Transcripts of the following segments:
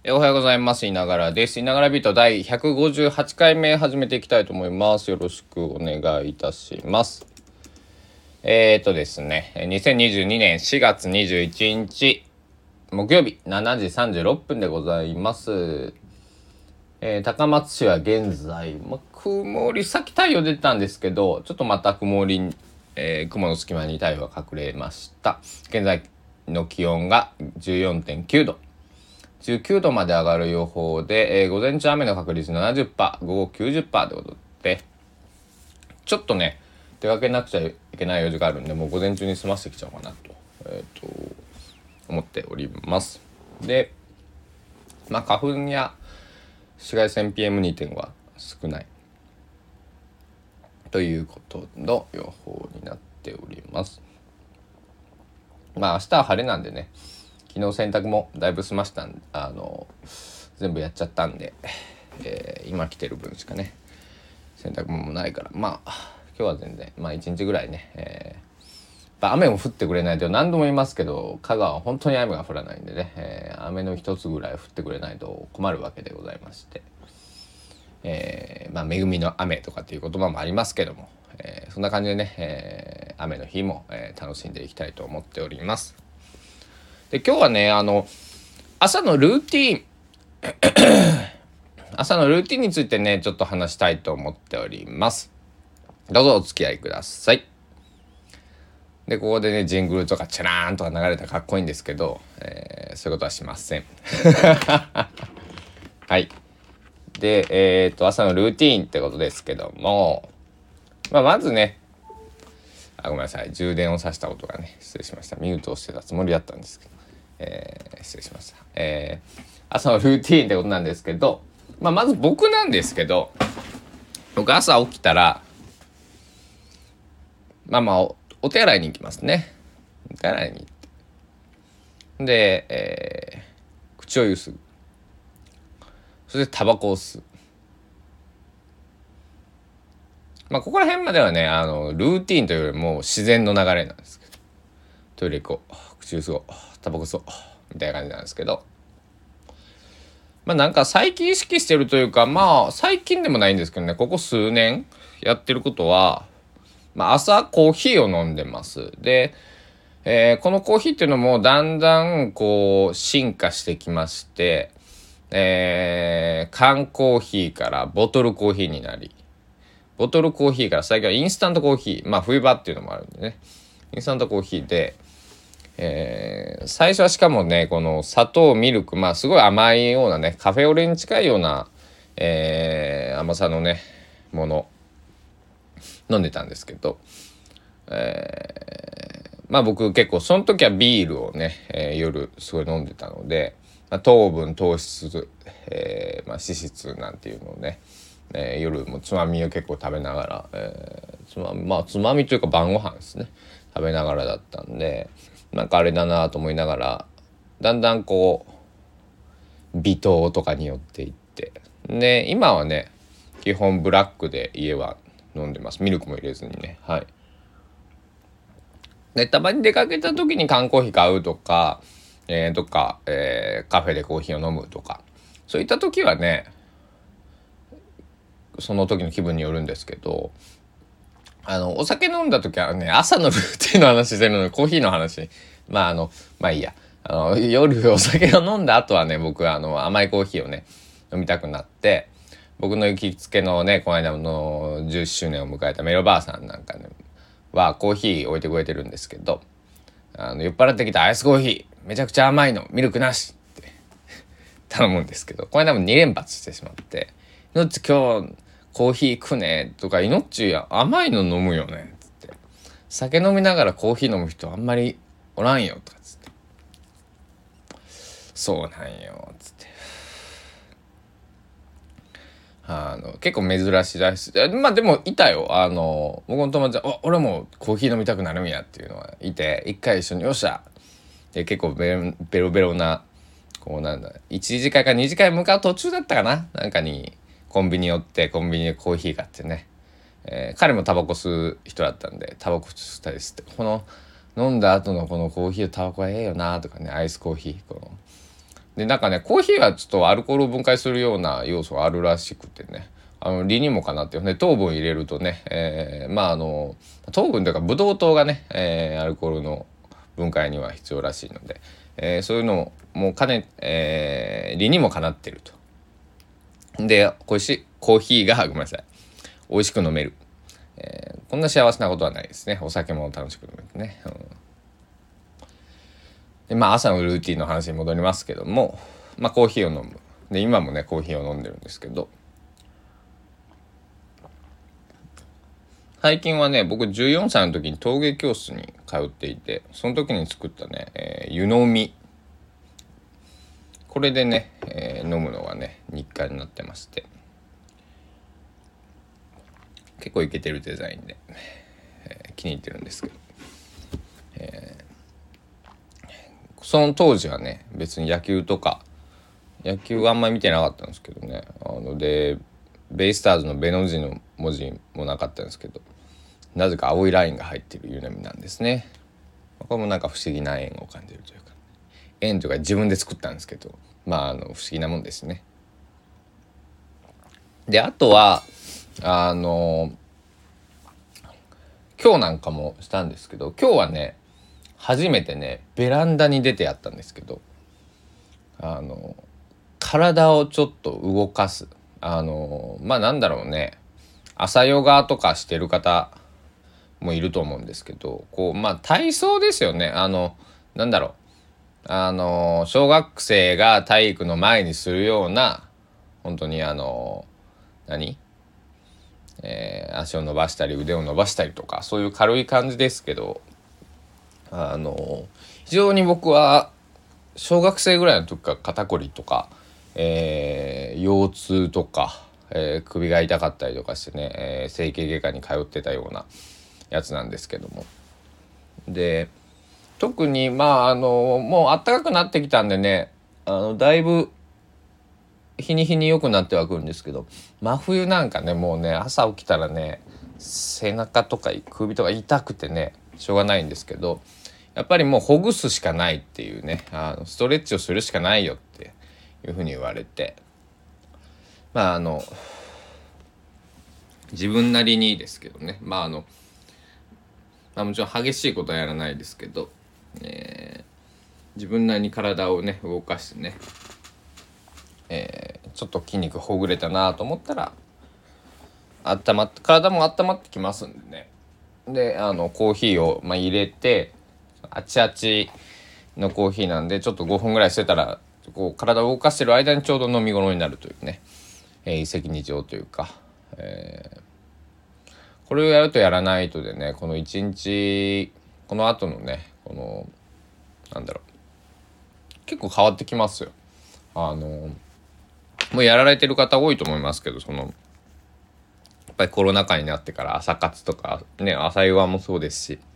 おはようございます。いながらです。いながらビート第158回目始めていきたいと思います。よろしくお願いいたします。ですね、2022年4月21日木曜日7時36分でございます。高松市は現在、曇り、さっき太陽出てたんですけど、ちょっとまた曇り、雲の隙間に太陽が隠れました。現在の気温が 14.9 度。19度まで上がる予報で、午前中雨の確率 70%、午後 90% ということで、ちょっとね、出かけなくちゃいけない用事があるんで、もう午前中に済ませてきちゃおうかなと、思っております。で、花粉や紫外線 PM2.5 は少ないということの予報になっております。明日は晴れなんでね、昨日洗濯もだいぶ済ましたんで、全部やっちゃったんで、今来てる分しかね洗濯物もないから、今日は全然1日ぐらいね、雨も降ってくれないと何度も言いますけど、香川は本当に雨が降らないんでね、雨の一つぐらい降ってくれないと困るわけでございまして、恵みの雨とかっていう言葉もありますけども、そんな感じでね、雨の日も、楽しんでいきたいと思っております。で、今日はね、朝のルーティンについてね、ちょっと話したいと思っております。どうぞお付き合いください。で、ここでね、ジングルとかチャラーンとか流れたらかっこいいんですけど、そういうことはしません。はい。で、朝のルーティーンってことですけども、まずね、ごめんなさい、充電をさせた音がね、失礼しました。ミュートをしてたつもりだったんですけど、失礼しました。朝のルーティーンってことなんですけど、まず僕なんですけど、僕朝起きたら、お手洗いに行きますね。お手洗いに行って。で、口をゆすぐ。そしてタバコを吸う。ここら辺まではね、ルーティーンというよりも自然の流れなんですけど。トイレ行こう。口ゆすごう。タバコ吸おう。みたいな感じなんですけど。なんか最近意識してるというか、最近でもないんですけどね、ここ数年やってることは、朝コーヒーを飲んでます。で、このコーヒーっていうのもだんだんこう進化してきまして、缶コーヒーからボトルコーヒーになり、ボトルコーヒーから最近はインスタントコーヒー、冬場っていうのもあるんでね、インスタントコーヒーで、最初はしかもね、この砂糖ミルク、すごい甘いようなね、カフェオレに近いような、甘さのねもの飲んでたんですけど、僕結構その時はビールをね、夜すごい飲んでたので、糖分糖質、脂質なんていうのをね、夜もつまみを結構食べながら、つまみというか晩ご飯ですね、食べながらだったんで、なんかあれだなと思いながら、だんだんこう微糖とかによっていって、で今はね基本ブラックで家は飲んでます。ミルクも入れずにね。はい。でたまに出かけた時に缶コーヒー買うとか、カフェでコーヒーを飲むとか、そういった時はね、その時の気分によるんですけど、お酒飲んだ時はね、朝のルーティンの話してるので、コーヒーの話、いいや。夜お酒を飲んだ後はね、僕は甘いコーヒーをね、飲みたくなって、僕の行きつけのね、この間の10周年を迎えたメロバーさんなんかね、はコーヒー置いてくれてるんですけど、酔っ払ってきたアイスコーヒー、めちゃくちゃ甘いの、ミルクなしって頼むんですけど、この間も2連発してしまって、いのっち今日コーヒー食ねとか、いのっち甘いの飲むよねつって、酒飲みながらコーヒー飲む人あんまりおらんよとかつって、そうなんよつって、結構珍しいらしい。でもいたよ。僕の友達は、俺もコーヒー飲みたくなるんやっていうのはいて、一回一緒によっしゃ。で、結構ベロベロな、こうなんだ、1次会か2次会向かう途中だったかな、なんかにコンビニ寄って、コンビニでコーヒー買ってね。彼もタバコ吸う人だったんで、タバコ吸ったりして、この飲んだ後のこのコーヒーとタバコはええよなとかね、アイスコーヒー、このでなんかねコーヒーはちょっとアルコールを分解するような要素があるらしくてね、理にもかなってね、糖分入れるとね、糖分というかブドウ糖がね、アルコールの分解には必要らしいので、そういうのも理にもかなってると。でコーヒーがごめんなさい美味しく飲める、こんな幸せなことはないですね。お酒も楽しく飲めるね、で朝のルーティンの話に戻りますけども、コーヒーを飲む。で今もねコーヒーを飲んでるんですけど、最近はね僕14歳の時に陶芸教室に通っていて、その時に作ったね、湯飲み、これでね、飲むのがね日課になってまして、結構イケてるデザインで、気に入ってるんですけど、その当時はね別に野球はあんまり見てなかったんですけどね、でベイスターズのベの字の文字もなかったんですけど、なぜか青いラインが入っている湯飲みなんですね。これもなんか不思議な縁を感じるというか、縁というか自分で作ったんですけど、不思議なもんですね。であとは今日なんかもしたんですけど、今日はね初めてねベランダに出てやったんですけど、体をちょっと動かす、なんだろうね、朝ヨガとかしてる方もいると思うんですけど、体操ですよね。なんだろう、小学生が体育の前にするような、本当に足を伸ばしたり腕を伸ばしたりとか、そういう軽い感じですけど、非常に僕は小学生ぐらいの時から肩こりとか、腰痛とか、首が痛かったりとかしてね、整形外科に通ってたようなやつなんですけども、で特にもう暖かくなってきたんでね、だいぶ日に日に良くなってはくるんですけど、真冬なんかねもうね朝起きたらね背中とか首とか痛くてねしょうがないんですけど、やっぱりもうほぐすしかないっていうね、ストレッチをするしかないよっていうふうに言われて、自分なりにですけどね、もちろん激しいことはやらないですけど、自分なりに体をね動かしてね、ちょっと筋肉ほぐれたなと思ったら体も温まってきますんでね。でコーヒーを入れて、あちあちのコーヒーなんでちょっと5分ぐらいしてたら体を動かしてる間にちょうど飲み頃になるというね、一石二鳥というか、これをやるとやらないとでね、この一日この後のねなんだろう、結構変わってきますよ。もうやられてる方多いと思いますけど、やっぱりコロナ禍になってから朝活とかね、朝ヨガもそうですし、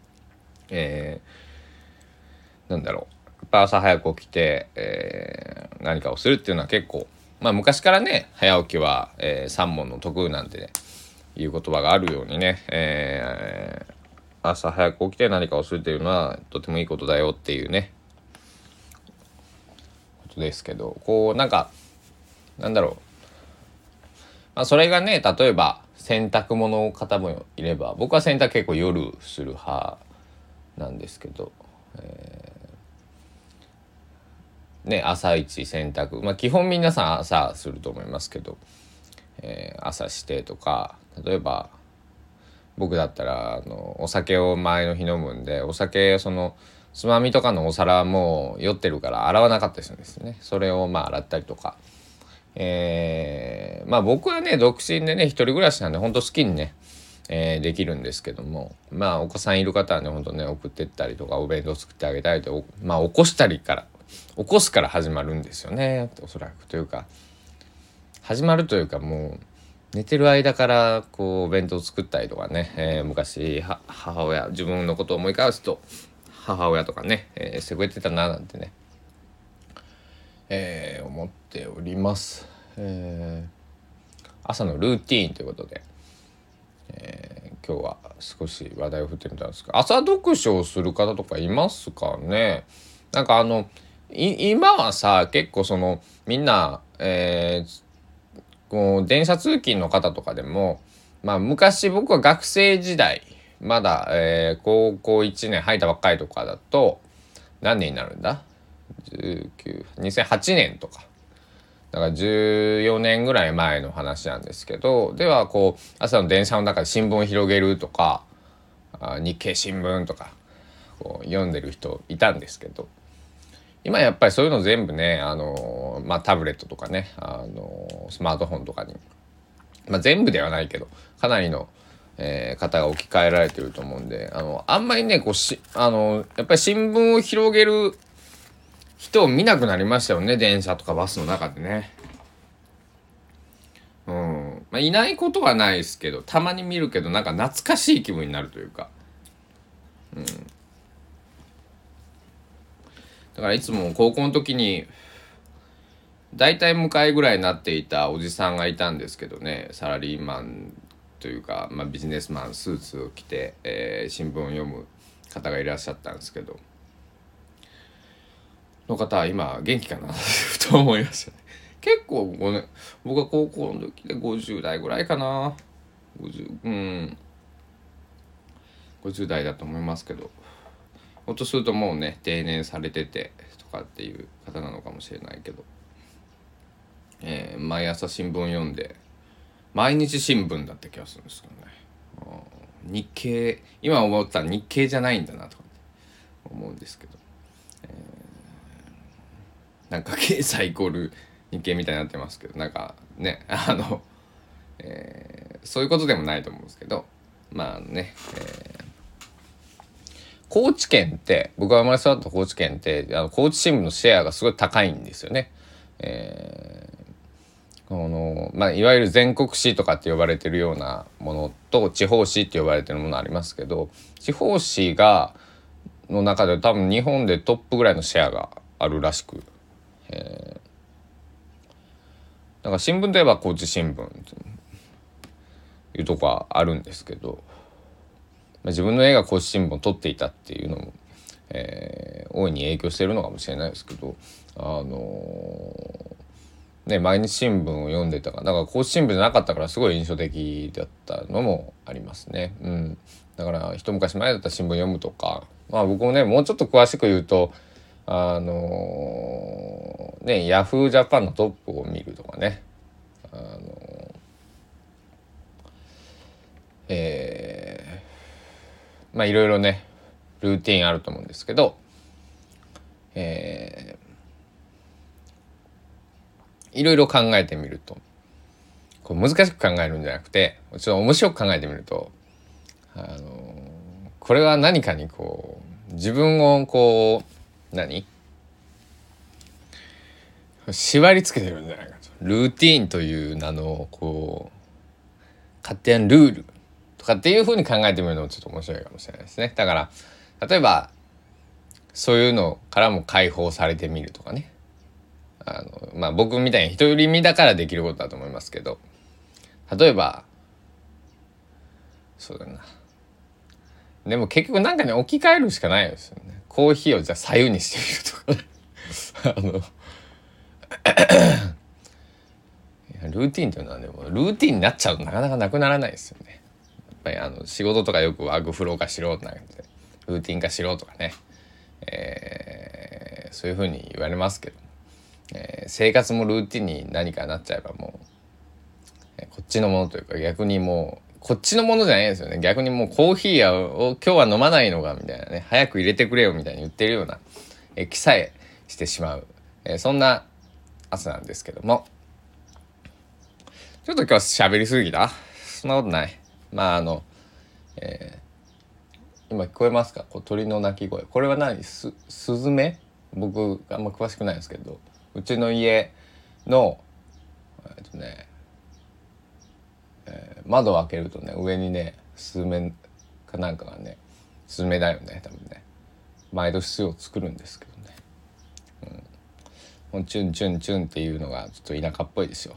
なんだろう、やっぱ朝早く起きて、何かをするっていうのは結構昔からね早起きは、三文の徳なんて、ね、いう言葉があるようにね、朝早く起きて何かをするっていうのはとてもいいことだよっていうねことですけど、なんだろう、それがね例えば洗濯物の方もいれば、僕は洗濯結構夜する派なんですけど、朝一洗濯、基本皆さん朝すると思いますけど、朝してとか、例えば僕だったらお酒を前の日飲むんで、お酒つまみとかのお皿も酔ってるから洗わなかったりするんですね。それを洗ったりとか、僕はね独身でね一人暮らしなんで本当好きにね、できるんですけども、お子さんいる方はね本当ね送ってったりとかお弁当作ってあげたりと、起こすから始まるんですよね、おそらく。というか始まるというか、もう寝てる間からお弁当作ったりとかね、昔母親、自分のことを思い返すと母親とかね、してくれてたななんてね、思っております。朝のルーティーンということで、今日は少し話題を振ってみたんですが、朝読書をする方とかいますかね。 今はさ結構みんな、こう電車通勤の方とかでも、まあ昔僕は学生時代まだ、高校1年入ったばっかりとかだと何年になるんだ2008年とかだから14年ぐらい前の話なんですけど、ではこう朝の電車の中で新聞を広げるとか日経新聞とかこう読んでる人いたんですけど、今やっぱりそういうの全部ねタブレットとかねスマートフォンとかに、全部ではないけどかなりの、方が置き換えられてると思うんで、あんまりねこうやっぱり新聞を広げる人を見なくなりましたよね、電車とかバスの中でね。いないことはないですけど、たまに見るけどなんか懐かしい気分になるというか、だからいつも高校の時にだいたい向かいぐらいになっていたおじさんがいたんですけどね、サラリーマンというか、ビジネスマンスーツを着て、新聞を読む方がいらっしゃったんですけど、の方は今元気かなと思いましたね。結構僕は高校の時で50代ぐらいかな、50代だと思いますけど、ほっとするともうね定年されててとかっていう方なのかもしれないけど、毎朝新聞読んで、毎日新聞だった気がするんですけどね。日経、今思ったら日経じゃないんだなとか思うんですけど、なんか経済イコール日経みたいになってますけど、なんかねそういうことでもないと思うんですけど、高知県って僕が生まれ育った高知県って高知新聞のシェアがすごい高いんですよね。いわゆる全国紙とかって呼ばれてるようなものと地方紙って呼ばれてるものありますけど、地方紙の中で多分日本でトップぐらいのシェアがあるらしく、だから新聞といえば高知新聞というとこはあるんですけど、自分の絵が高知新聞を撮っていたっていうのも、大いに影響しているのかもしれないですけど、毎日新聞を読んでたから、だから高知新聞じゃなかったからすごい印象的だったのもありますね。だから一昔前だったら新聞読むとか、僕もねもうちょっと詳しく言うとヤフージャパンのトップを見るとかね、いろいろねルーティンあると思うんですけど、いろいろ考えてみると、こう難しく考えるんじゃなくてちょっと面白く考えてみると、これは何かにこう自分をこう縛り付けてるんじゃないかと。ルーティーンという名のこう勝手なルールとかっていう風に考えてみるのもちょっと面白いかもしれないですね。だから例えばそういうのからも解放されてみるとかね、僕みたいに独り身だからできることだと思いますけど、例えばそうだな、でも結局なんかね置き換えるしかないですよね。コーヒーをじゃあ左右にしてみるとかねルーティンというのはねもうルーティンになっちゃうとなかなかなくならないですよね。やっぱり仕事とかよくワークフロー化しろとなんてルーティン化しろとかね、そういうふうに言われますけど、生活もルーティンに何かなっちゃえばもう、こっちのものというか逆にもうこっちのものじゃないですよね。逆にもうコーヒーを今日は飲まないのかみたいなね、早く入れてくれよみたいに言ってるような気さえしてしまう、そんな朝なんですけども、ちょっと今日は喋りすぎた？そんなことない。今聞こえますか？こう鳥の鳴き声。これはスズメ？僕あんま詳しくないですけど、うちの家の窓を開けるとね上にねスズメかなんかがね、スズメだよね多分ね、毎年巣を作るんですけどね、もうチュンチュンチュンっていうのがちょっと田舎っぽいですよ。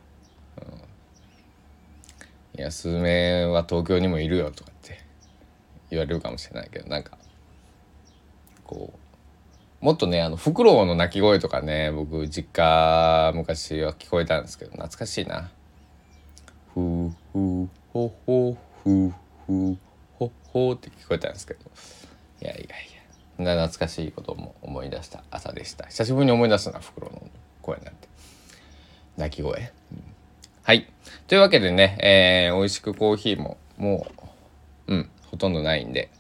いやスズメは東京にもいるよとかって言われるかもしれないけど、なんかこもっとねフクロウの鳴き声とかね、僕実家昔は聞こえたんですけど、懐かしいな。ふーふーほほふーふーほほって聞こえたんですけど、いやいやいや、懐かしいことも思い出した朝でした。久しぶりに思い出すな、フクロウの声なんて、鳴き声、はい。というわけでね、美味しくコーヒーももうほとんどないんで、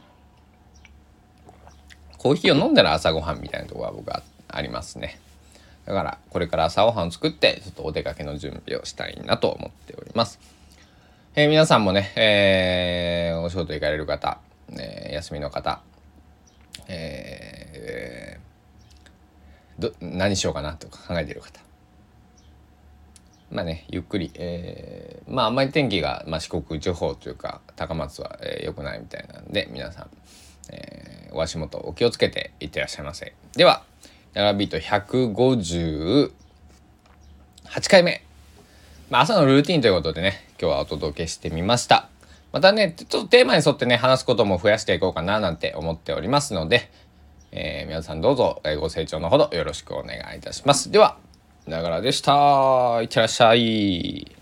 コーヒーを飲んだら朝ごはんみたいなところが僕はありますね。だからこれから朝ごはんを作ってちょっとお出かけの準備をしたいなと思っております。皆さんもね、お仕事行かれる方、休みの方、何しようかなとか考えている方、まあねゆっくり、あんまり天気が、四国地方というか高松は良くないみたいなんで、皆さん、お足元お気をつけていってらっしゃいませ。ではナガビート158回目、朝のルーティンということでね、今日はお届けしてみました。またねちょっとテーマに沿ってね話すことも増やしていこうかななんて思っておりますので、皆さんどうぞご清聴のほどよろしくお願いいたします。ではながらでした。いってらっしゃい。